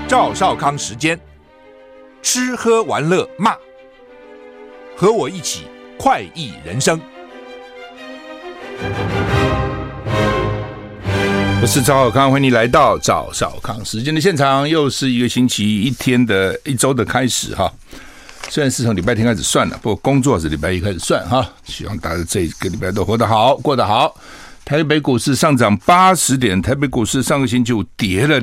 赵少康时间，吃喝玩乐骂，和我一起快意人生。 我是赵少康，欢迎你来到赵少康时间的现场。又是一个星期一天的一周的开始哈。虽然是从礼拜天开始算了，不过工作是礼拜一开始算哈。希望大家这个礼拜都活得好，过得好。台北股市上涨80点，台北股市上个星期五跌了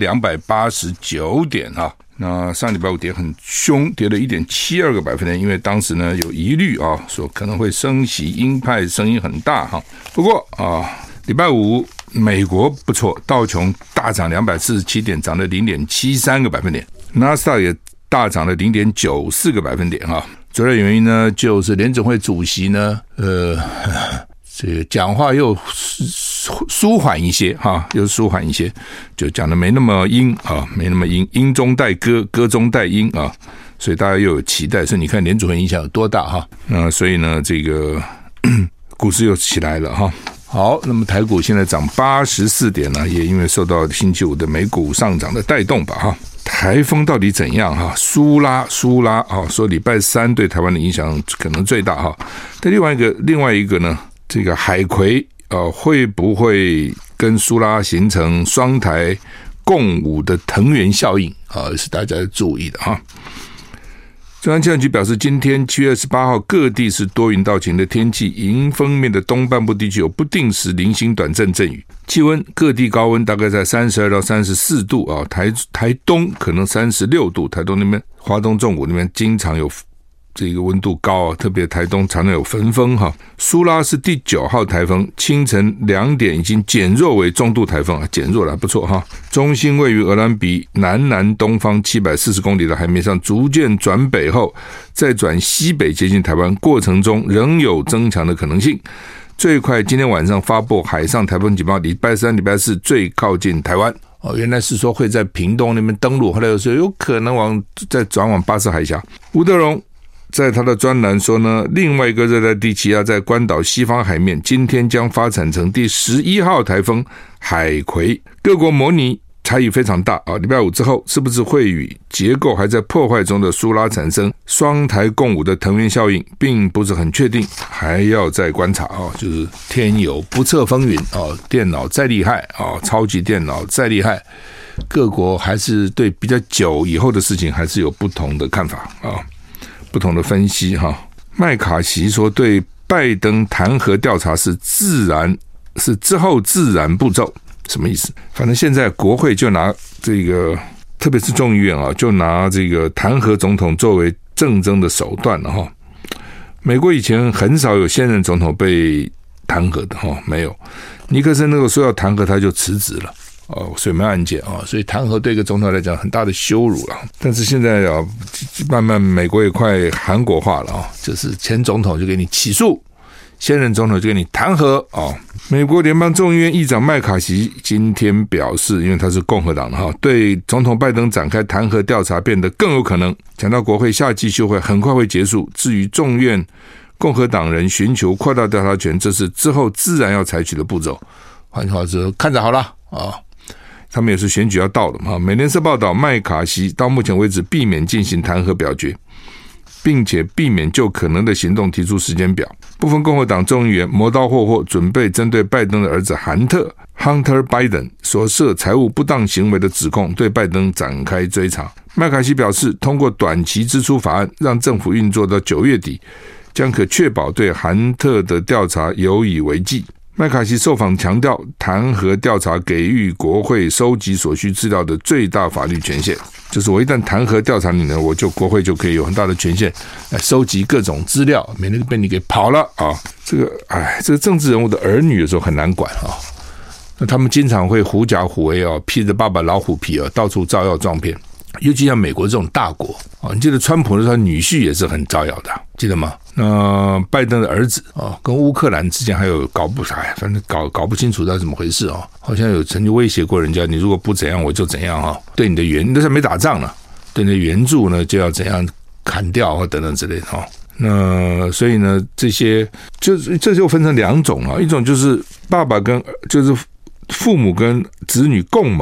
289点啊。那上礼拜五跌很凶，跌了 1.72个百分点，因为当时呢有疑虑啊，说可能会升息，鹰派声音很大哈。不过啊，礼拜五美国不错，道琼大涨247点，涨了 0.73个百分点，纳斯达克也大涨了 0.94个百分点哈。主要原因呢，就是联准会主席呢，这个讲话又舒缓一些哈，又舒缓一些，就讲的没那么阴啊，没那么阴，阴中带歌，歌中带阴啊，所以大家又有期待，所以你看联准会影响有多大哈。那所以呢，这个股市又起来了哈。好，那么台股现在涨84点呢，也因为受到星期五的美股上涨的带动吧哈。台风到底怎样哈？苏拉啊，说礼拜三对台湾的影响可能最大哈。但另外一个呢，这个海葵会不会跟苏拉形成双台共舞的藤原效应啊？是大家注意的哈。中央气象局表示，今天7月28号各地是多云到晴的天气，迎风面的东半部地区有不定时零星短阵阵雨，气温各地高温大概在32到34度啊，台东可能36度，台东那边花东纵谷那边经常有这个温度高啊，特别台东常常有焚风哈。苏拉是第9号台风，清晨2点已经减弱为中度台风啊，减弱了不错哈。中心位于鹅銮鼻南东方740公里的海面上，逐渐转北后，再转西北接近台湾，过程中仍有增强的可能性。最快今天晚上发布海上台风警报，礼拜三、礼拜四最靠近台湾。原来是说会在屏东那边登陆，后来又说有可能再转往巴士海峡。吴德荣在他的专栏说呢，另外一个热带低气压在关岛西方海面，今天将发展成第11号台风海葵，各国模拟差异非常大啊！礼拜五之后，是不是会与结构还在破坏中的苏拉产生双台共舞的藤原效应，并不是很确定，还要再观察啊！就是天有不测风云啊，电脑再厉害啊，超级电脑再厉害，各国还是对比较久以后的事情还是有不同的看法啊。不同的分析哈。麦卡锡说，对拜登弹劾调查是之后自然步骤，什么意思？反正现在国会就拿这个，特别是众议院啊，就拿这个弹劾总统作为政争的手段了哈。美国以前很少有现任总统被弹劾的哈，没有。尼克森那个说要弹劾他就辞职了。水门案件啊，所以弹劾对一个总统来讲很大的羞辱了。但是现在啊，慢慢美国也快韩国化了啊，就是前总统就给你起诉，现任总统就给你弹劾啊。美国联邦众议院议长麦卡锡今天表示，因为他是共和党的哈，对总统拜登展开弹劾调查变得更有可能。讲到国会夏季休会很快会结束，至于众院共和党人寻求扩大调查权，这是之后自然要采取的步骤。换句话说，看着好了啊。他们也是选举要到的嘛。美联社报道，麦卡锡到目前为止避免进行弹劾表决，并且避免就可能的行动提出时间表。部分共和党众议员磨刀霍霍，准备针对拜登的儿子Hunter Biden 所涉财务不当行为的指控对拜登展开追查。麦卡锡表示，通过短期支出法案让政府运作到9月底，将可确保对Hunter的调查有以为继。麦卡锡受访强调，弹劾调查给予国会收集所需资料的最大法律权限，就是我一旦弹劾调查你呢，国会就可以有很大的权限来收集各种资料，免得被你给跑了啊！这个政治人物的儿女有时候很难管啊，那他们经常会狐假虎威啊，披着爸爸老虎皮啊，到处招摇撞骗。尤其像美国这种大国啊，你记得川普的时候，女婿也是很招摇的，记得吗？那拜登的儿子啊，跟乌克兰之间还有反正搞不清楚到怎么回事啊，好像有曾经威胁过人家，你如果不怎样我就怎样哈，对你的那时候没打仗了，对你的援助呢就要怎样砍掉或等等之类的哈。那所以呢，这就分成2种啊，一种就是爸爸就是父母跟子女共谋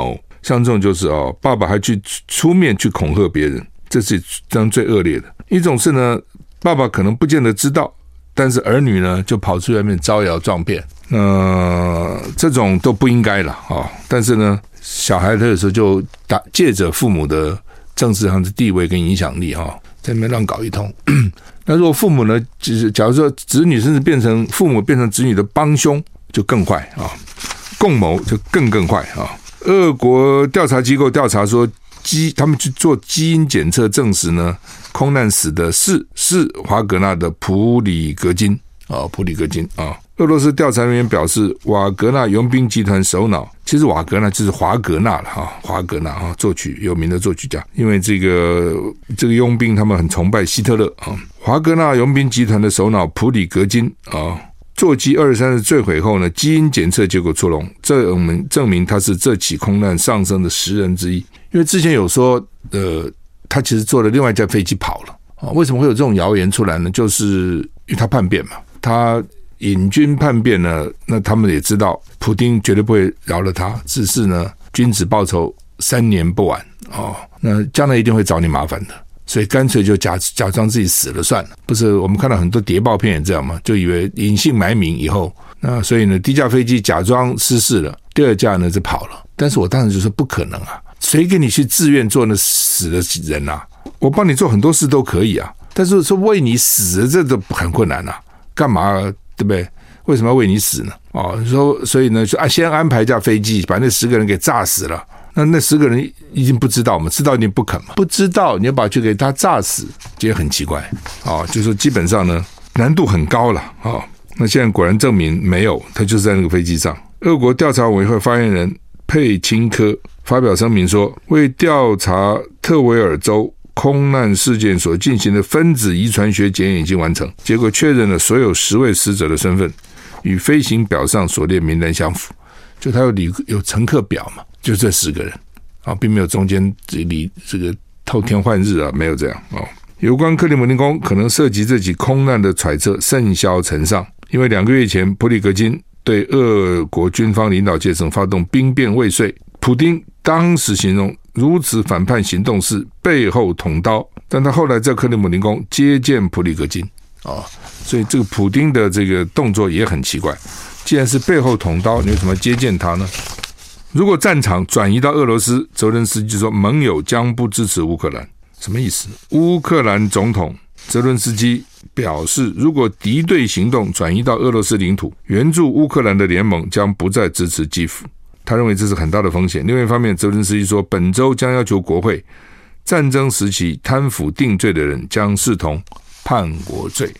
像这种就是爸爸还去出面去恐吓别人，这是这样最恶劣的。一种是呢，爸爸可能不见得知道，但是儿女呢就跑出外面招摇撞骗，这种都不应该了但是呢，小孩他有时候就借着父母的政治上的地位跟影响力在那边乱搞一通。那如果父母呢，就是假如说子女甚至父母变成子女的帮凶，就更坏共谋就更坏俄国调查机构调查说，他们去做基因检测证实呢，空难死的是华格纳的普里格金俄罗斯调查人员表示，瓦格纳佣兵集团首脑，其实瓦格纳就是华格纳了华格纳有名的作曲家，因为这个佣兵他们很崇拜希特勒华格纳佣兵集团的首脑普里格金座机23日坠毁后呢，基因检测结果出笼，证明他是这起空难上升的10人之一。因为之前有说他其实坐了另外一架飞机跑了为什么会有这种谣言出来呢？就是因为他叛变嘛，他引军叛变呢，那他们也知道普丁绝对不会饶了他，只是呢君子报仇3年不晚那将来一定会找你麻烦的，所以干脆就假装自己死了算了。不是我们看到很多谍报片也这样嘛，就以为隐姓埋名以后，那所以呢第一架飞机假装失事了，第二架呢就跑了。但是我当然就说不可能谁给你去自愿做那死的人我帮你做很多事都可以但是说为你死这都很困难干嘛对不对？为什么要为你死呢？所以呢就先安排一架飞机把那10个人给炸死了。那10个人已经不知道嘛，知道一定不肯嘛，不知道你要把去给他炸死，这也很奇怪就是说基本上呢难度很高了那现在果然证明没有，他就是在那个飞机上。俄国调查委员会发言人佩钦科发表声明说，为调查特维尔州空难事件所进行的分子遗传学检验已经完成，结果确认了所有10位死者的身份与飞行表上所列名单相符，就他有乘客表嘛，就这10个人并没有中间这个偷天换日没有这样有关克里姆林宫可能涉及这起空难的揣测甚嚣尘上，因为2个月前普里格金对俄国军方领导阶层发动兵变未遂，普丁当时形容如此反叛行动是背后捅刀，但他后来在克里姆林宫接见普里格金所以这个普丁的这个动作也很奇怪，既然是背后捅刀，你为什么接见他呢？如果战场转移到俄罗斯，泽连斯基说盟友将不支持乌克兰，什么意思？乌克兰总统泽伦斯基表示，如果敌对行动转移到俄罗斯领土，援助乌克兰的联盟将不再支持基辅，他认为这是很大的风险。另外一方面，泽连斯基说本周将要求国会，战争时期贪腐定罪的人将视同叛国罪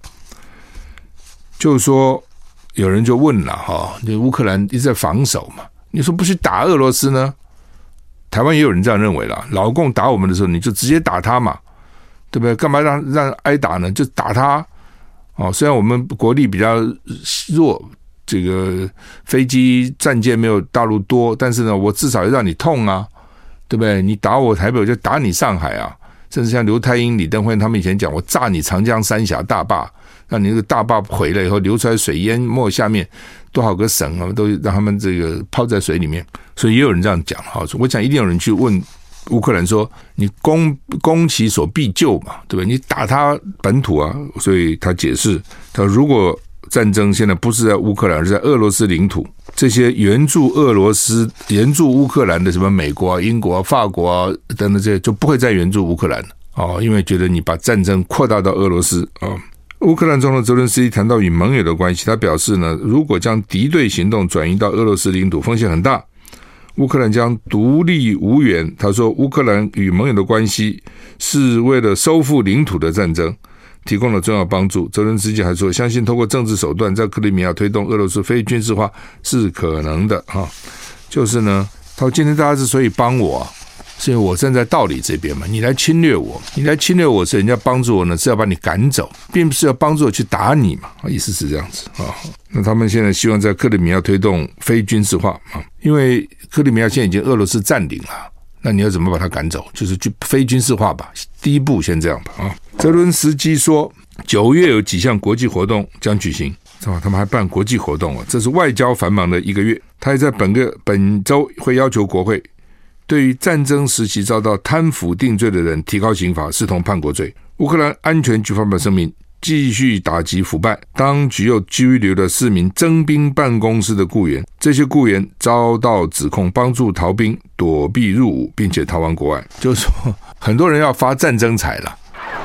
就是说有人就问了乌克兰一直在防守嘛，你说不去打俄罗斯呢？台湾也有人这样认为啦，老共打我们的时候你就直接打他嘛，对不对？干嘛让挨打呢？就打他虽然我们国力比较弱，这个飞机战舰没有大陆多，但是呢我至少要让你痛对不对？你打我台北我就打你上海甚至像刘太英、李登辉他们以前讲，我炸你长江三峡大坝，让你那个大坝毁了以后流出来水淹没下面多少个省都让他们这个泡在水里面，所以也有人这样讲我想一定有人去问乌克兰说，你攻其所必救嘛，对不对？你打他本土所以他解释，他如果战争现在不是在乌克兰，而是在俄罗斯领土，这些援助乌克兰的什么美国英国法国等等这些就不会再援助乌克兰因为觉得你把战争扩大到俄罗斯乌克兰总统泽伦斯基谈到与盟友的关系，他表示呢，如果将敌对行动转移到俄罗斯领土，风险很大，乌克兰将独立无援。他说，乌克兰与盟友的关系是为了收复领土的战争提供了重要帮助。泽伦斯基还说，相信通过政治手段在克里米亚推动俄罗斯非军事化是可能的就是呢，他说今天大家之所以帮我是因为我站在道理这边嘛，你来侵略我是人家帮助我呢，是要把你赶走，并不是要帮助我去打你嘛，意思是这样子那他们现在希望在克里米亚推动非军事化因为克里米亚现在已经俄罗斯占领了，那你要怎么把它赶走？就是去非军事化吧，第一步先这样吧泽伦斯基说9月有几项国际活动将举行他们还办国际活动这是外交繁忙的1个月。他也在本周会要求国会对于战争时期遭到贪腐定罪的人提高刑罚，视同叛国罪。乌克兰安全局发表声明，继续打击腐败，当局又拘留了4名征兵办公室的雇员，这些雇员遭到指控帮助逃兵躲避入伍，并且逃亡国外。就是说很多人要发战争财了。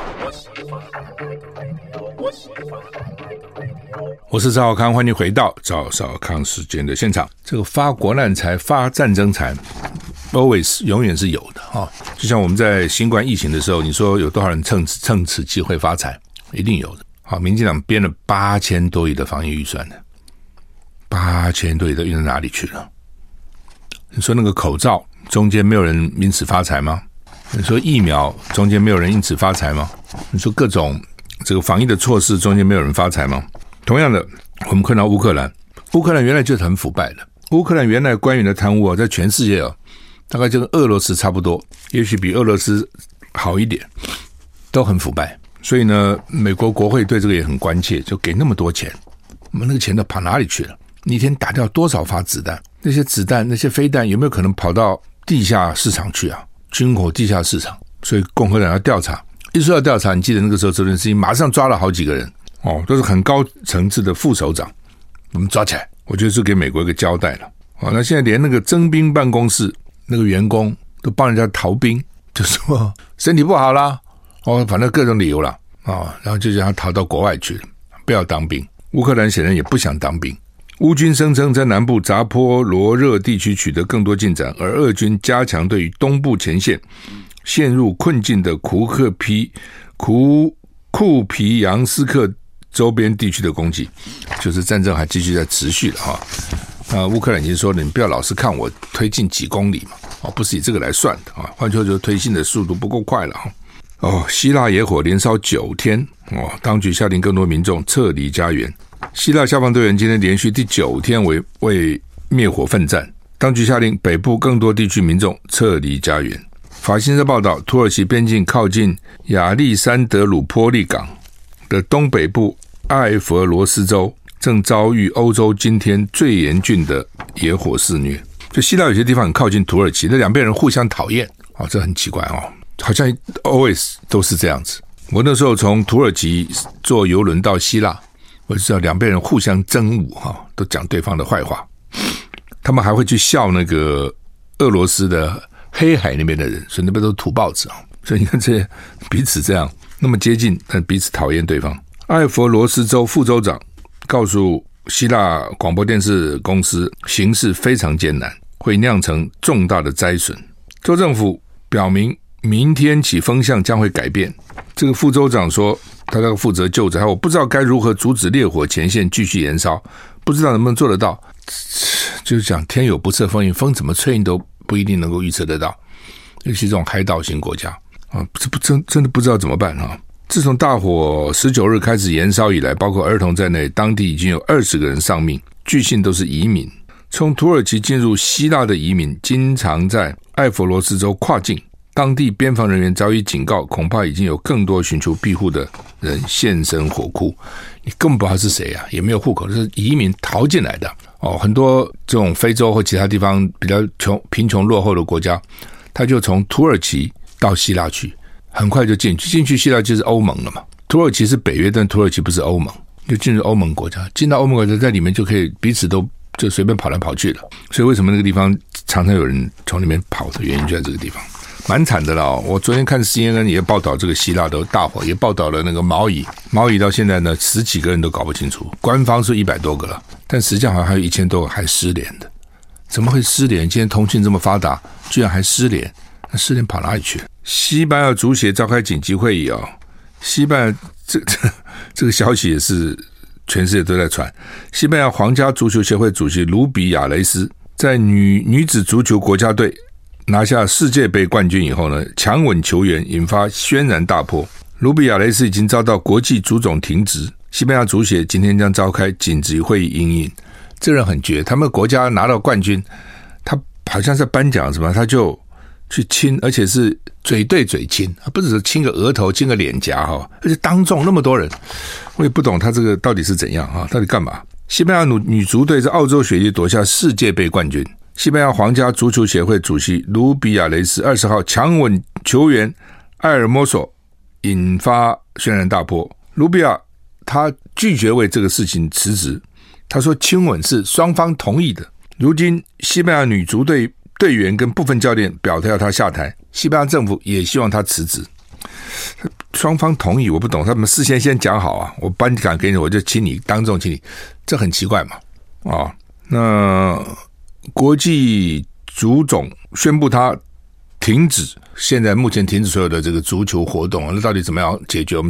我是赵少康，欢迎回到赵少康时间的现场。这个发国难财、发战争财 always 永远是有的哈。就像我们在新冠疫情的时候，你说有多少人趁此机会发财，一定有的。好，民进党编了8000多亿的防疫预算的，8000多亿的运到哪里去了？你说那个口罩中间没有人因此发财吗？你说疫苗中间没有人因此发财吗？你说各种这个防疫的措施中间没有人发财吗？同样的，我们看到乌克兰原来就是很腐败的。乌克兰原来官员的贪污在全世界大概就跟俄罗斯差不多，也许比俄罗斯好一点，都很腐败。所以呢，美国国会对这个也很关切，就给那么多钱，我们那个钱都跑哪里去了？你一天打掉多少发子弹？那些子弹、那些飞弹有没有可能跑到地下市场去啊？军火地下市场。所以共和党要调查，一说要调查，你记得那个时候这件事情马上抓了好几个人都是很高层次的副首长，我们抓起来，我觉得是给美国一个交代了。那现在连那个征兵办公室那个员工都帮人家逃兵，就说身体不好啦，反正各种理由啦，然后就让他逃到国外去了，不要当兵。乌克兰显然也不想当兵。乌军声称在南部扎波罗热地区取得更多进展，而俄军加强对于东部前线陷入困境的库皮扬斯克周边地区的攻击，就是战争还继续在持续了哈。乌克兰已经说了，你不要老是看我推进几公里嘛，不是以这个来算的啊。换句话说，推进的速度不够快了哈。希腊野火连烧9天当局下令更多民众撤离家园。希腊消防队员今天连续第9天为灭火奋战，当局下令北部更多地区民众撤离家园。法新社报道，土耳其边境靠近亚历山德鲁波利港的东北部埃弗罗斯州正遭遇欧洲今天最严峻的野火肆虐。就希腊有些地方很靠近土耳其，那两边人互相讨厌这很奇怪好像 always 都是这样子。我那时候从土耳其坐邮轮到希腊，我就知道两边人互相憎恶都讲对方的坏话，他们还会去笑那个俄罗斯的黑海那边的人，所以那边都是土包子所以你看这些彼此这样那么接近，但彼此讨厌对方。埃弗罗斯州副州长告诉希腊广播电视公司，形势非常艰难，会酿成重大的灾损。州政府表明明天起风向将会改变。这个副州长说，他要负责救灾，我不知道该如何阻止烈火前线继续延烧，不知道能不能做得到。就是讲天有不测风云，风怎么吹你都不一定能够预测得到，尤其这种海岛型国家真的不知道怎么办自从大火19日开始延烧以来，包括儿童在内，当地已经有20个人丧命，据信都是移民。从土耳其进入希腊的移民经常在埃弗罗斯州跨境，当地边防人员早已警告，恐怕已经有更多寻求庇护的人现身火窟。你根本不知道是谁也没有户口，是移民逃进来的很多这种非洲或其他地方比较贫穷落后的国家，他就从土耳其到希腊去，很快就进去希腊就是欧盟了嘛。土耳其是北约，但土耳其不是欧盟，就进入欧盟国家，进到欧盟国家，在里面就可以彼此都就随便跑来跑去了。所以为什么那个地方常常有人从里面跑的原因就在这个地方，蛮惨的了我昨天看 CNN 也报道这个希腊的大火，也报道了那个毛伊到现在呢10几个人都搞不清楚，官方是100多个了，但实际上好像还有1000多个还失联的。怎么会失联？今天通讯这么发达，居然还失联，那失联跑哪里去了？西班牙足协召开紧急会议西班牙这个消息也是全世界都在传。西班牙皇家足球协会主席卢比亚雷斯在女子足球国家队拿下世界杯冠军以后呢，强吻球员引发轩然大波。卢比亚雷斯已经遭到国际足总停职，西班牙足协今天将召开紧急会议因应。这人很绝，他们国家拿到冠军，他好像在颁奖什么，他就去亲，而且是嘴对嘴亲，不只是亲个额头亲个脸颊而且当众那么多人，我也不懂他这个到底是怎样到底干嘛。西班牙女足队在澳洲雪梨夺下世界杯冠军， 西班牙皇家足球协会主席卢比亚雷斯20号强吻球员埃尔莫索，引发轩然大波。卢比亚他拒绝为这个事情辞职，他说亲吻是双方同意的。如今西班牙女足队队员跟部分教练表态要他下台，西班牙政府也希望他辞职。双方同意我不懂，他们事先讲好啊，我颁奖给你，我就请你当众请你，这很奇怪嘛。那国际足总宣布他停止，现在目前停止所有的这个足球活动，那到底怎么样解决？我们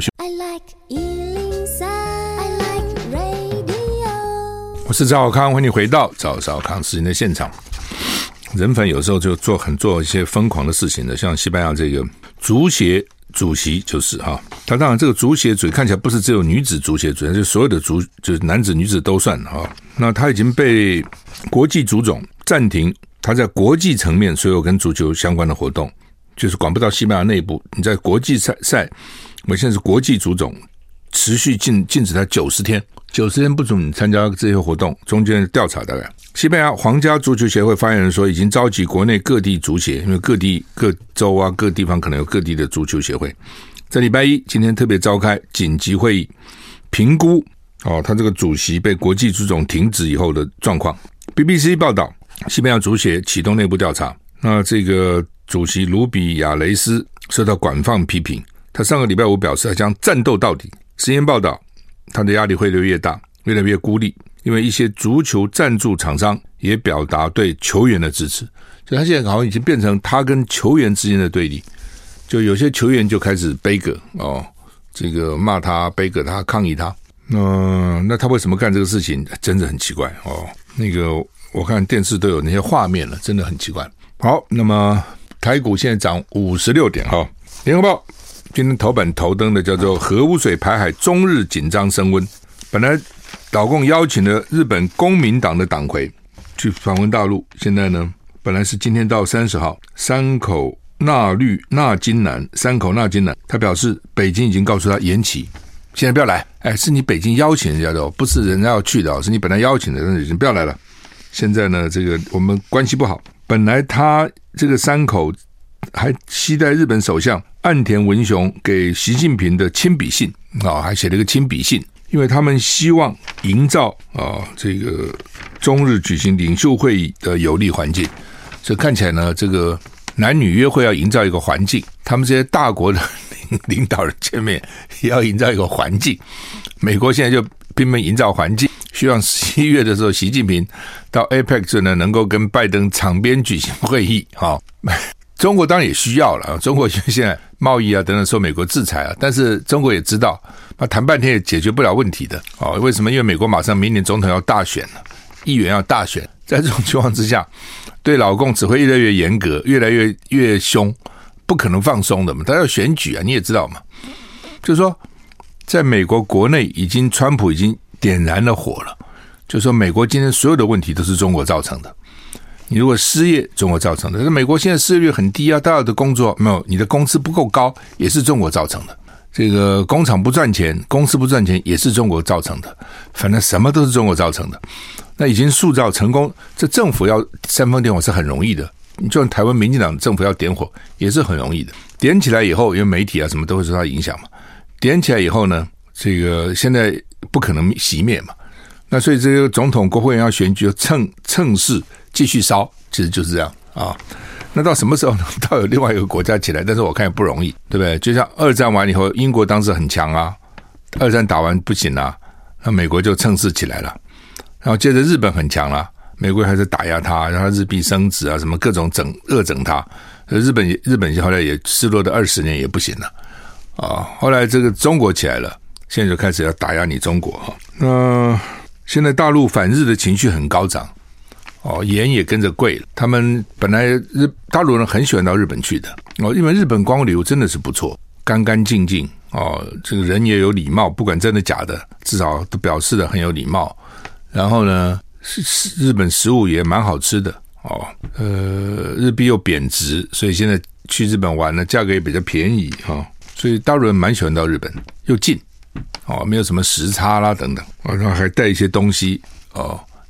我是赵少康，欢迎你回到赵少康时间的现场。人粉有时候就做一些疯狂的事情的，像西班牙这个足协主席就是哈，他当然这个足协主席看起来不是只有女子足协主席，就所有的就是男子女子都算哈。那他已经被国际足总暂停他在国际层面所有跟足球相关的活动，就是管不到西班牙内部。你在国际赛，我现在是国际足总持续禁止他90天不准你参加这些活动，中间调查大概。西班牙皇家足球协会发言人说，已经召集国内各地足协，因为各州啊各地方可能有各地的足球协会，在礼拜一今天特别召开紧急会议，评估他这个主席被国际足总停止以后的状况。BBC 报道，西班牙足协启动内部调查，那这个主席卢比亚雷斯受到广泛批评，他上个礼拜五表示他将战斗到底。实验报道，他的压力会越来越大，越来越孤立，因为一些足球赞助厂商也表达对球员的支持，所以他现在好像已经变成他跟球员之间的对立，就有些球员就开始背戈这个骂他、背戈他、抗议他。那他为什么干这个事情？真的很奇怪那个我看电视都有那些画面了，真的很奇怪。好，那么台股现在涨56点联合报今天头版头登的叫做核污水排海，中日紧张升温。本来老共邀请了日本公民党的党魁去访问大陆，现在呢，本来是今天到30号，山口纳金南，他表示北京已经告诉他延期，现在不要来。是你北京邀请人家的不是人家要去的是你本来邀请的，但是已经不要来了。现在呢，这个我们关系不好，本来他这个山口还期待日本首相岸田文雄给习近平的亲笔信还写了一个亲笔信，因为他们希望营造这个中日举行领袖会议的有利环境。所以看起来呢，这个男女约会要营造一个环境，他们这些大国的领导人见面也要营造一个环境。美国现在就拼命营造环境，希望11月的时候习近平到 APEC 呢能够跟拜登场边举行会议中国当然也需要了，中国现在贸易啊等等受美国制裁啊，但是中国也知道谈半天也解决不了问题的为什么？因为美国马上明年总统要大选了，议员要大选，在这种情况之下，对老共只会越来越严格，越来越凶，不可能放松的嘛。他要选举啊，你也知道嘛。就是说，在美国国内川普已经点燃了火了，就是说美国今天所有的问题都是中国造成的。你如果失业，中国造成的；美国现在失业率很低啊，大家的工作没有，你的工资不够高，也是中国造成的。这个工厂不赚钱，公司不赚钱，也是中国造成的。反正什么都是中国造成的。那已经塑造成功，这政府要煽风点火是很容易的。你就像台湾民进党政府要点火，也是很容易的。点起来以后，因为媒体啊什么都会受到影响嘛。点起来以后呢，这个现在不可能熄灭嘛。那所以这个总统、国会议员要选举，趁势继续烧，其实就是这样那到什么时候呢？到有另外一个国家起来，但是我看也不容易，对不对？就像二战完以后，英国当时很强啊，二战打完不行啊，那美国就趁势起来了，然后接着日本很强了，美国还是打压他，让他日币升值啊，什么各种恶整他，日本后来也失落的20年也不行了后来这个中国起来了，现在就开始要打压你中国那现在大陆反日的情绪很高涨盐也跟着贵了。他们本来大陆人很喜欢到日本去的因为日本观光旅游真的是不错，干干净净这个人也有礼貌，不管真的假的，至少都表示的很有礼貌。然后呢，日本食物也蛮好吃的日币又贬值，所以现在去日本玩呢，价格也比较便宜所以大陆人蛮喜欢到日本，又近没有什么时差啦等等然后还带一些东西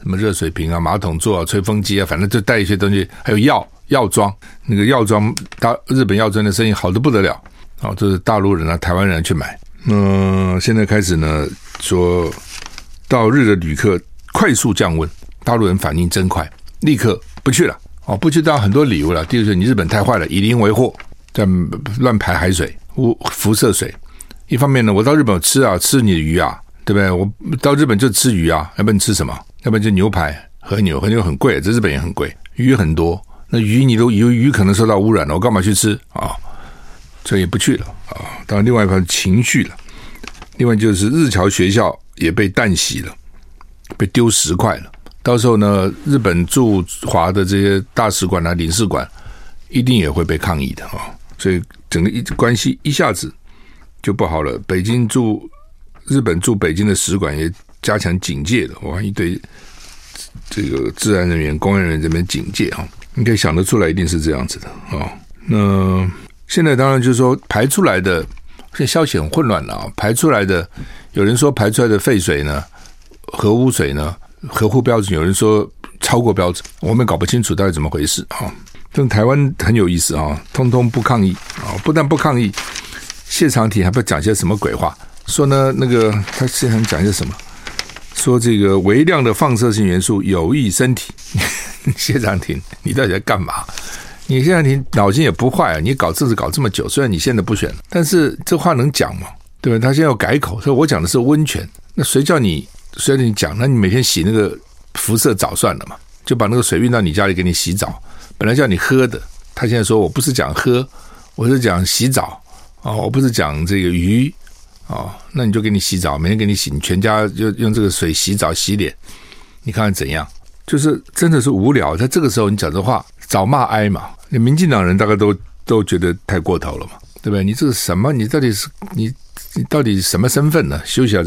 什么热水瓶啊、马桶座啊、吹风机啊，反正就带一些东西，还有药妆，那个药妆日本药妆的生意好得不得了，这是大陆人啊、台湾人去买。现在开始呢，说到日的旅客快速降温，大陆人反应真快，立刻不去了。不去当然很多理由了。第一个是你日本太坏了，以邻为壑，在乱排海水、辐射水。一方面呢，我到日本吃你的鱼啊，对不对？我到日本就吃鱼啊，要不然你吃什么？要不然就牛排、和牛很贵，在日本也很贵，鱼很多。那鱼可能受到污染了，我干嘛去吃啊？所以也不去了啊。当然，另外一方面情绪了，另外就是日侨学校也被淡洗了，被丢10块了。到时候呢，日本驻华的这些大使馆啊、领事馆一定也会被抗议的所以整个关系一下子就不好了。日本驻北京的使馆也加强警戒了，一堆这个治安人员、公安人员这边警戒你可以想得出来，一定是这样子的那现在当然就是说排出来的，现在消息很混乱了排出来的，有人说排出来的废水呢、核污水呢合乎标准，有人说超过标准，我们搞不清楚到底怎么回事但台湾很有意思通通不抗议不但不抗议，谢长廷还不讲些什么鬼话，说呢那个他现在讲些什么，说这个微量的放射性元素有益身体谢长廷你到底在干嘛？你谢长廷脑筋也不坏你搞政治搞这么久，虽然你现在不选，但是这话能讲吗？对吧？他现在要改口，所以我讲的是温泉，那谁叫你讲，那你每天洗那个辐射澡算了嘛，就把那个水运到你家里给你洗澡，本来叫你喝的，他现在说我不是讲喝，我是讲洗澡我不是讲这个鱼那你就给你洗澡，每天给你洗，你全家就用这个水洗澡洗脸，你看看怎样？就是真的是无聊，在这个时候你讲这话早骂哀嘛，你民进党人大概都觉得太过头了嘛，对不对？你这个什么？你到底是你到底什么身份呢？休息一下。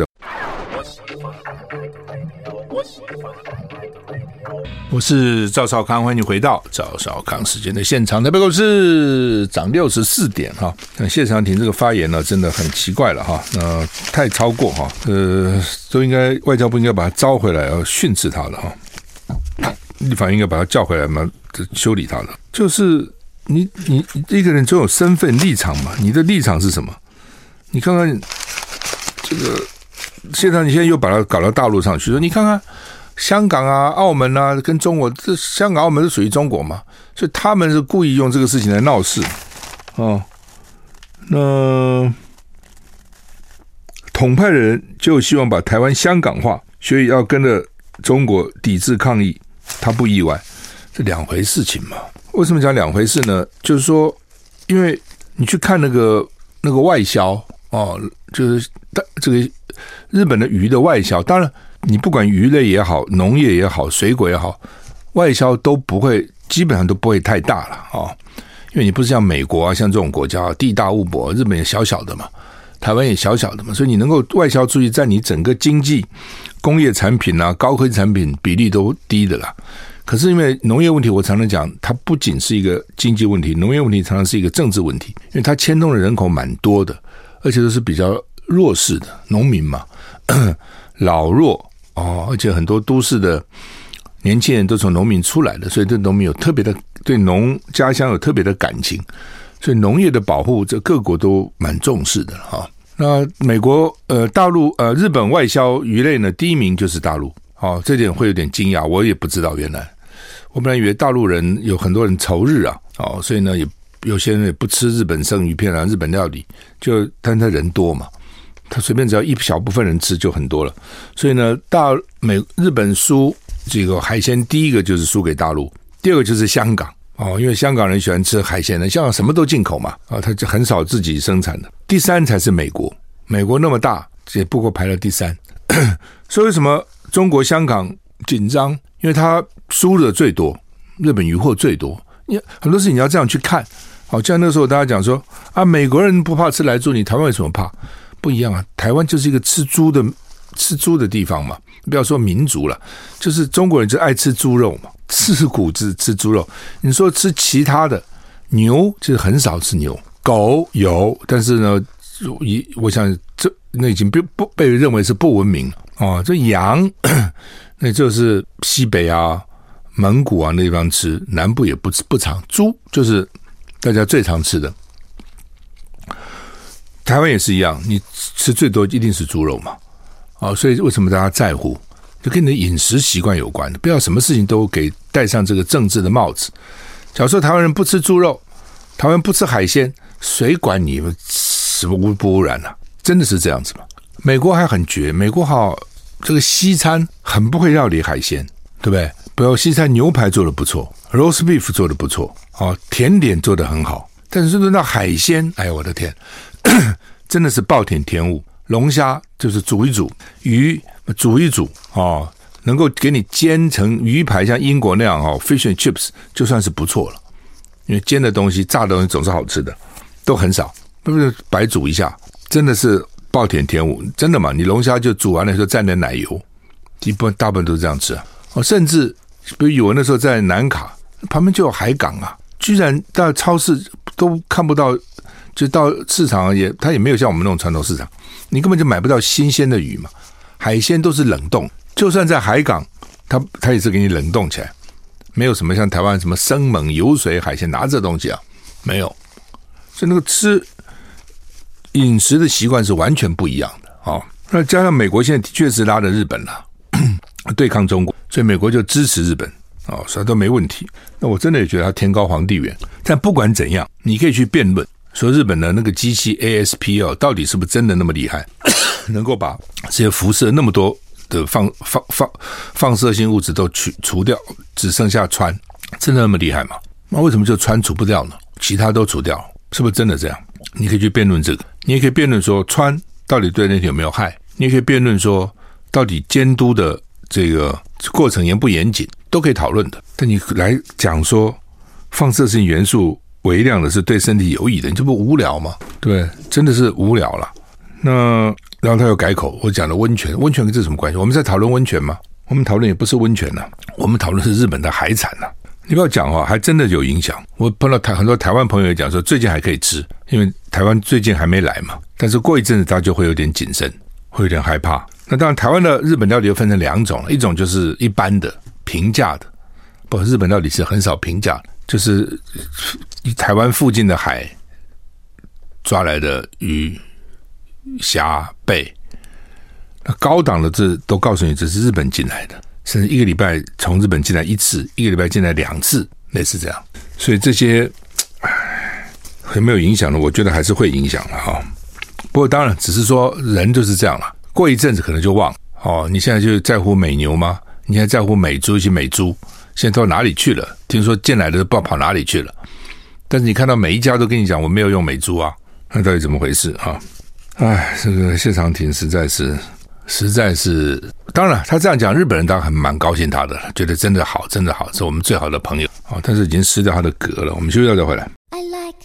我是赵少康，欢迎你回到赵少康时间的现场。台北股市涨64点那谢长廷这个发言呢，真的很奇怪了太超过都应该外交部应该把他招回来，要训斥他了立法应该把他叫回来嘛，修理他了。就是你一个人总有身份立场嘛，你的立场是什么？你看看这个谢长廷现在又把他搞到大陆上去，说你看看香港啊、澳门啊，跟中国，这香港、澳门是属于中国嘛，所以他们是故意用这个事情来闹事那统派的人就希望把台湾香港化，所以要跟着中国抵制抗议，他不意外，这两回事情嘛。为什么讲两回事呢？就是说，因为你去看那个外销就是这个日本的鱼的外销，当然你不管鱼类也好、农业也好、水果也好，外销都不会，基本上都不会太大了因为你不是像美国啊，像这种国家地大物博，日本也小小的嘛，台湾也小小的嘛，所以你能够外销出去，在你整个经济、工业产品啊、高科技产品比例都低的啦。可是因为农业问题，我常常讲，它不仅是一个经济问题，农业问题常常是一个政治问题，因为它牵动的人口蛮多的，而且都是比较弱势的农民嘛，老弱而且很多都市的年轻人都从农民出来的，所以对农民有特别的，对家乡有特别的感情，所以农业的保护这各国都蛮重视的那美国大陆日本外销鱼类呢，第一名就是大陆这点会有点惊讶，我也不知道，原来我本来以为大陆人有很多人仇日所以呢也有些人也不吃日本生鱼片日本料理，但他人多嘛，他随便只要一小部分人吃就很多了，所以呢日本输这个海鲜，第一个就是输给大陆，第二个就是香港因为香港人喜欢吃海鲜的，香港什么都进口嘛他就很少自己生产的，第三才是美国那么大，也不过排了第三所以为什么中国香港紧张？因为它输的最多，日本渔获最多，很多事情你要这样去看就像那个时候大家讲说美国人不怕吃来猪，你台湾为什么怕？不一样台湾就是一个吃猪的地方嘛，不要说民族了，就是中国人就爱吃猪肉嘛，自古吃猪肉。你说吃其他的，牛就是很少吃牛，狗有，但是呢我想那已经不被认为是不文明了这羊那就是西北啊、蒙古啊那地方吃，南部也不常。猪就是大家最常吃的，台湾也是一样，你吃最多一定是猪肉嘛所以为什么大家在乎？就跟你的饮食习惯有关的，不要什么事情都给戴上这个政治的帽子。假如说台湾人不吃猪肉，台湾不吃海鲜，谁管你们什么不污染啊？真的是这样子吗？美国还很绝，美国这个西餐很不会料理海鲜，对不对？不要西餐牛排做得不错 ，roast beef 做得不错甜点做得很好，但是论到海鲜，哎呀我的天，真的是暴殄天物。龙虾就是煮一煮，鱼煮一煮能够给你煎成鱼排，像英国那样fish and chips 就算是不错了。因为煎的东西、炸的东西总是好吃的，都很少，不是白煮一下，真的是暴殄天物。真的嘛？你龙虾就煮完了以后蘸点奶油，大部分都是这样吃甚至比如我那时候在南卡旁边就有海港居然到超市都看不到，就到市场它也没有像我们那种传统市场，你根本就买不到新鲜的鱼嘛。海鲜都是冷冻，就算在海港，它也是给你冷冻起来，没有什么像台湾什么生猛油水海鲜拿这东西没有。所以那个吃饮食的习惯是完全不一样的那加上美国现在确实拉着日本了对抗中国，所以美国就支持日本所以都没问题。那我真的也觉得他天高皇帝远。但不管怎样，你可以去辩论说日本的那个机器 ASP 到底是不是真的那么厉害，能够把这些辐射那么多的放射性物质都除掉，只剩下氚，真的那么厉害吗？那为什么就氚除不掉呢？其他都除掉，是不是真的这样？你可以去辩论这个，你也可以辩论说氚到底对人体有没有害，你也可以辩论说到底监督的这个过程严不严谨，都可以讨论的。但你来讲说放射性元素微量的是对身体有益的，你这不无聊吗？对，真的是无聊了。那然后他又改口，我讲的温泉跟这什么关系？我们在讨论温泉吗？我们讨论也不是温泉我们讨论是日本的海产你不要讲还真的有影响。我碰到很多台湾朋友也讲说，最近还可以吃，因为台湾最近还没来嘛。但是过一阵子他就会有点谨慎，会有点害怕。那当然，台湾的日本料理又分成两种，一种就是一般的平价的，不，日本料理是很少平价，就是台湾附近的海抓来的鱼、虾、贝。那高档的这都告诉你这是日本进来的，甚至一个礼拜从日本进来一次，一个礼拜进来2次，类似这样。所以这些有没有影响呢？我觉得还是会影响了不过当然，只是说人就是这样了，过一阵子可能就忘了你现在就在乎美牛吗？你现在在乎美猪，一些美猪现在到哪里去了？听说进来的不知道跑哪里去了。但是你看到每一家都跟你讲我没有用美猪那到底怎么回事这个谢长廷实在是，当然他这样讲，日本人当然蛮高兴他的，觉得真的好，是我们最好的朋友但是已经失掉他的格了。我们休息再回来。I like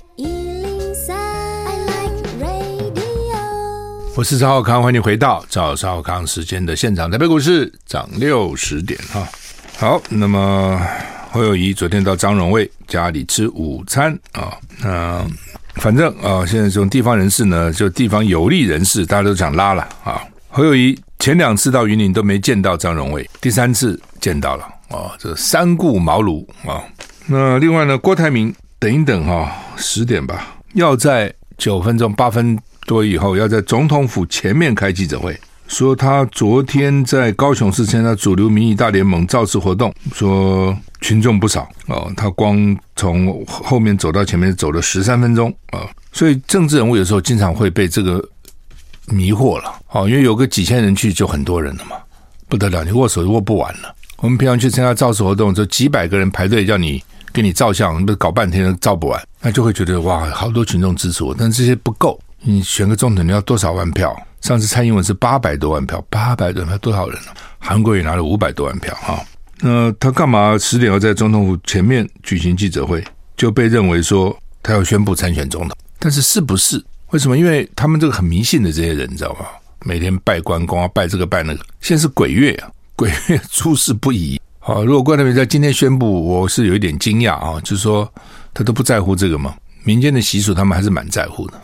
103, I like radio。 我是赵少康，欢迎回到赵少康时间的现场。台北股市涨60点好，那么侯友宜昨天到张荣卫家里吃午餐反正现在这种地方人士呢，就地方有利人士，大家都想拉了侯友宜前2次到云林都没见到张荣卫，第3次见到了这三顾茅庐那另外呢，郭台铭等一等10点吧，要在9分钟8分多以后，要在总统府前面开记者会，说他昨天在高雄市参加主流民意大联盟造势活动，说群众不少他光从后面走到前面走了13分钟所以政治人物有时候经常会被这个迷惑了因为有个几千人去就很多人了嘛，不得了，你握手握不完了。我们平常去参加造势活动，就几百个人排队叫你给你照相，搞半天都照不完，那就会觉得哇，好多群众支持我，但这些不够，你选个总统你要多少万票？上次蔡英文是800多万票，800多万票多少人呢？韩国也拿了500多万票那他干嘛10点要在总统府前面举行记者会？就被认为说他要宣布参选总统，但是是不是？为什么？因为他们这个很迷信的这些人，你知道吗？每天拜关公拜这个拜那个。现在是鬼月鬼月诸事不宜如果郭台铭在今天宣布，我是有一点惊讶就是说他都不在乎这个嘛。民间的习俗他们还是蛮在乎的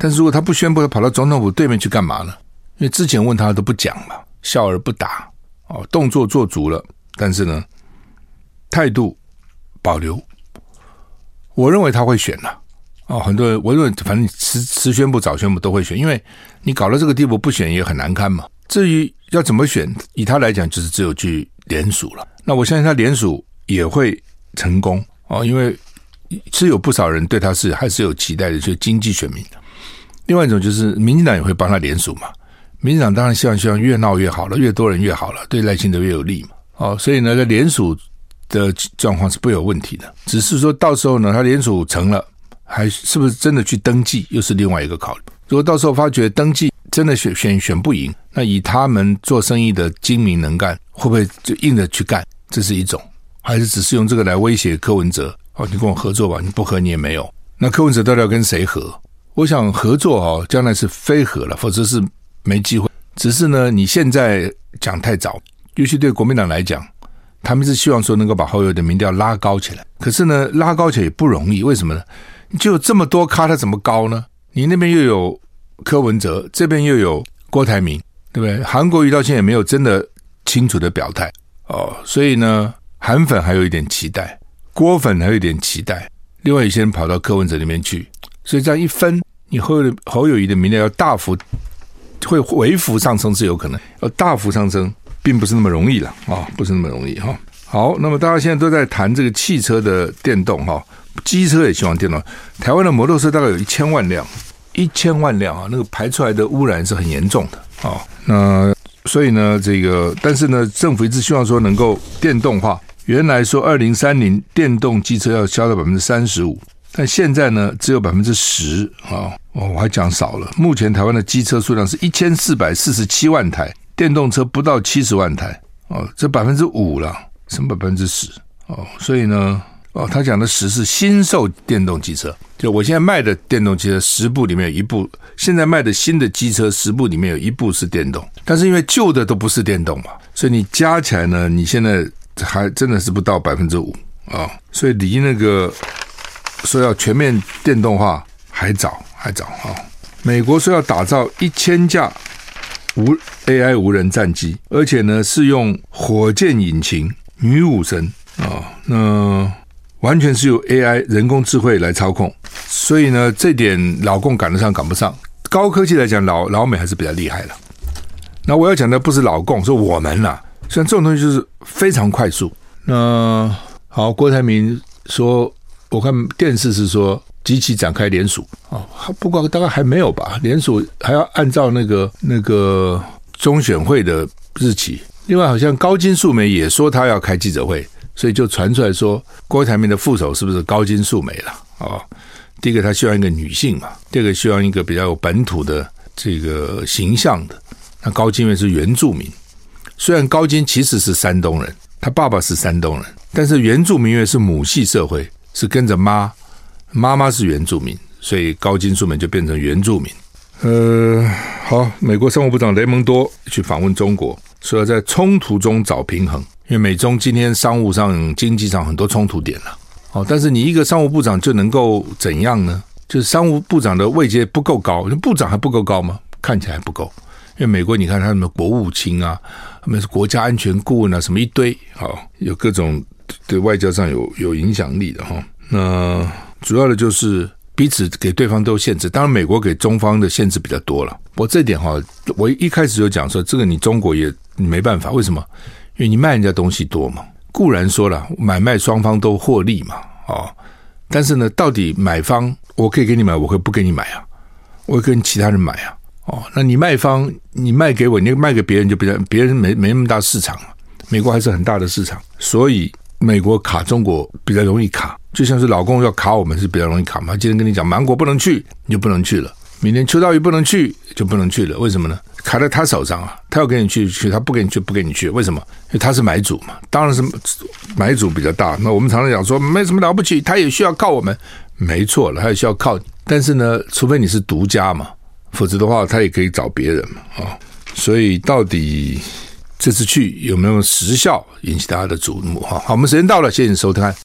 但是如果他不宣布，他跑到总统府对面去干嘛呢？因为之前问他都不讲嘛，笑而不答，动作做足了，但是呢态度保留。我认为他会选了。很多人我认为反正迟宣布早宣布都会选，因为你搞到这个地步不选也很难堪嘛。至于要怎么选，以他来讲就是只有去联署了。那我相信他联署也会成功因为是有不少人对他还是有期待的，就是经济选民。另外一种就是民进党也会帮他联署嘛，民进党当然希望越闹越好了，越多人越好了，对赖清德越有利嘛。所以呢在联署的状况是不有问题的，只是说到时候呢他联署成了，还是不是真的去登记又是另外一个考虑。如果到时候发觉登记真的选不赢，那以他们做生意的精明能干，会不会就硬着去干？这是一种，还是只是用这个来威胁柯文哲？你跟我合作吧，你不合你也没有。那柯文哲到底要跟谁合？我想合作将来是非合了，否则是没机会。只是呢，你现在讲太早，尤其对国民党来讲，他们是希望说能够把侯友宜的民调拉高起来。可是呢，拉高起来也不容易，为什么呢？就有这么多咖，他怎么高呢？你那边又有柯文哲，这边又有郭台铭，对不对？韩国瑜到现在也没有真的清楚的表态所以呢，韩粉还有一点期待，郭粉还有一点期待，另外一些人跑到柯文哲那边去，所以这样一分，你侯友宜的民调要大幅会微幅上升是有可能，要大幅上升并不是那么容易了不是那么容易好，那么大家现在都在谈这个汽车的电动机车也希望电动。台湾的摩托车大概有1000万辆，1000万辆那个排出来的污染是很严重的那所以呢，但是呢，政府一直希望说能够电动化。原来说2030电动机车要销到 35%， 但现在呢只有 10% 我还讲少了。目前台湾的机车数量是1447万台，电动车不到70万台这 5% 了，什么 10%所以呢他讲的10是新售电动机车，就我现在卖的电动机车10部里面有1部，现在卖的新的机车10部里面有1部是电动，但是因为旧的都不是电动嘛，所以你加起来呢，你现在还真的是不到 5% 所以离那个说要全面电动化还早美国说要打造1000架AI 无人战机，而且呢是用火箭引擎女武神那完全是由 AI 人工智慧来操控，所以呢这点老共赶得上赶不上。高科技来讲老美还是比较厉害了。那我要讲的不是老共，是我们啦。像这种东西就是非常快速。那好，郭台铭说，我看电视是说即期展开联署不过大概还没有吧，联署还要按照那个中选会的日期。另外好像高金素梅也说他要开记者会，所以就传出来说郭台铭的副手是不是高金素梅了第一个他希望一个女性嘛，第二个希望一个比较有本土的这个形象的。那高金因为是原住民，虽然高金其实是山东人，他爸爸是山东人，但是原住民因为是母系社会，是跟着妈妈是原住民，所以高金素梅就变成原住民。好，美国商务部长雷蒙多去访问中国，说要在冲突中找平衡，因为美中今天商务上经济上很多冲突点了但是你一个商务部长就能够怎样呢？就是商务部长的位阶不够高，部长还不够高吗？看起来还不够。因为美国你看他们国务卿他们是国家安全顾问什么一堆有各种对外交上有影响力的那主要的就是彼此给对方都有限制，当然美国给中方的限制比较多了。我这点我一开始就讲说，这个你中国也没办法，为什么？因为你卖人家东西多嘛。固然说了买卖双方都获利嘛但是呢，到底买方我可以给你买，我可以不给你买我会跟其他人买那你卖方你卖给我，你卖给别人就别人没那么大市场美国还是很大的市场，所以美国卡中国比较容易卡，就像是老公要卡我们是比较容易卡嘛。今天跟你讲芒果不能去，你就不能去了，明天秋刀鱼不能去就不能去了，为什么呢？卡在他手上他要给你去，他不给你去不给你去，为什么？因为他是买主嘛，当然是买主比较大。那我们常常讲说没什么了不起，他也需要靠我们，没错了，他也需要靠你，但是呢除非你是独家嘛，否则的话他也可以找别人嘛所以到底这次去有没有实效引起大家的瞩目好，我们时间到了，谢谢你收看。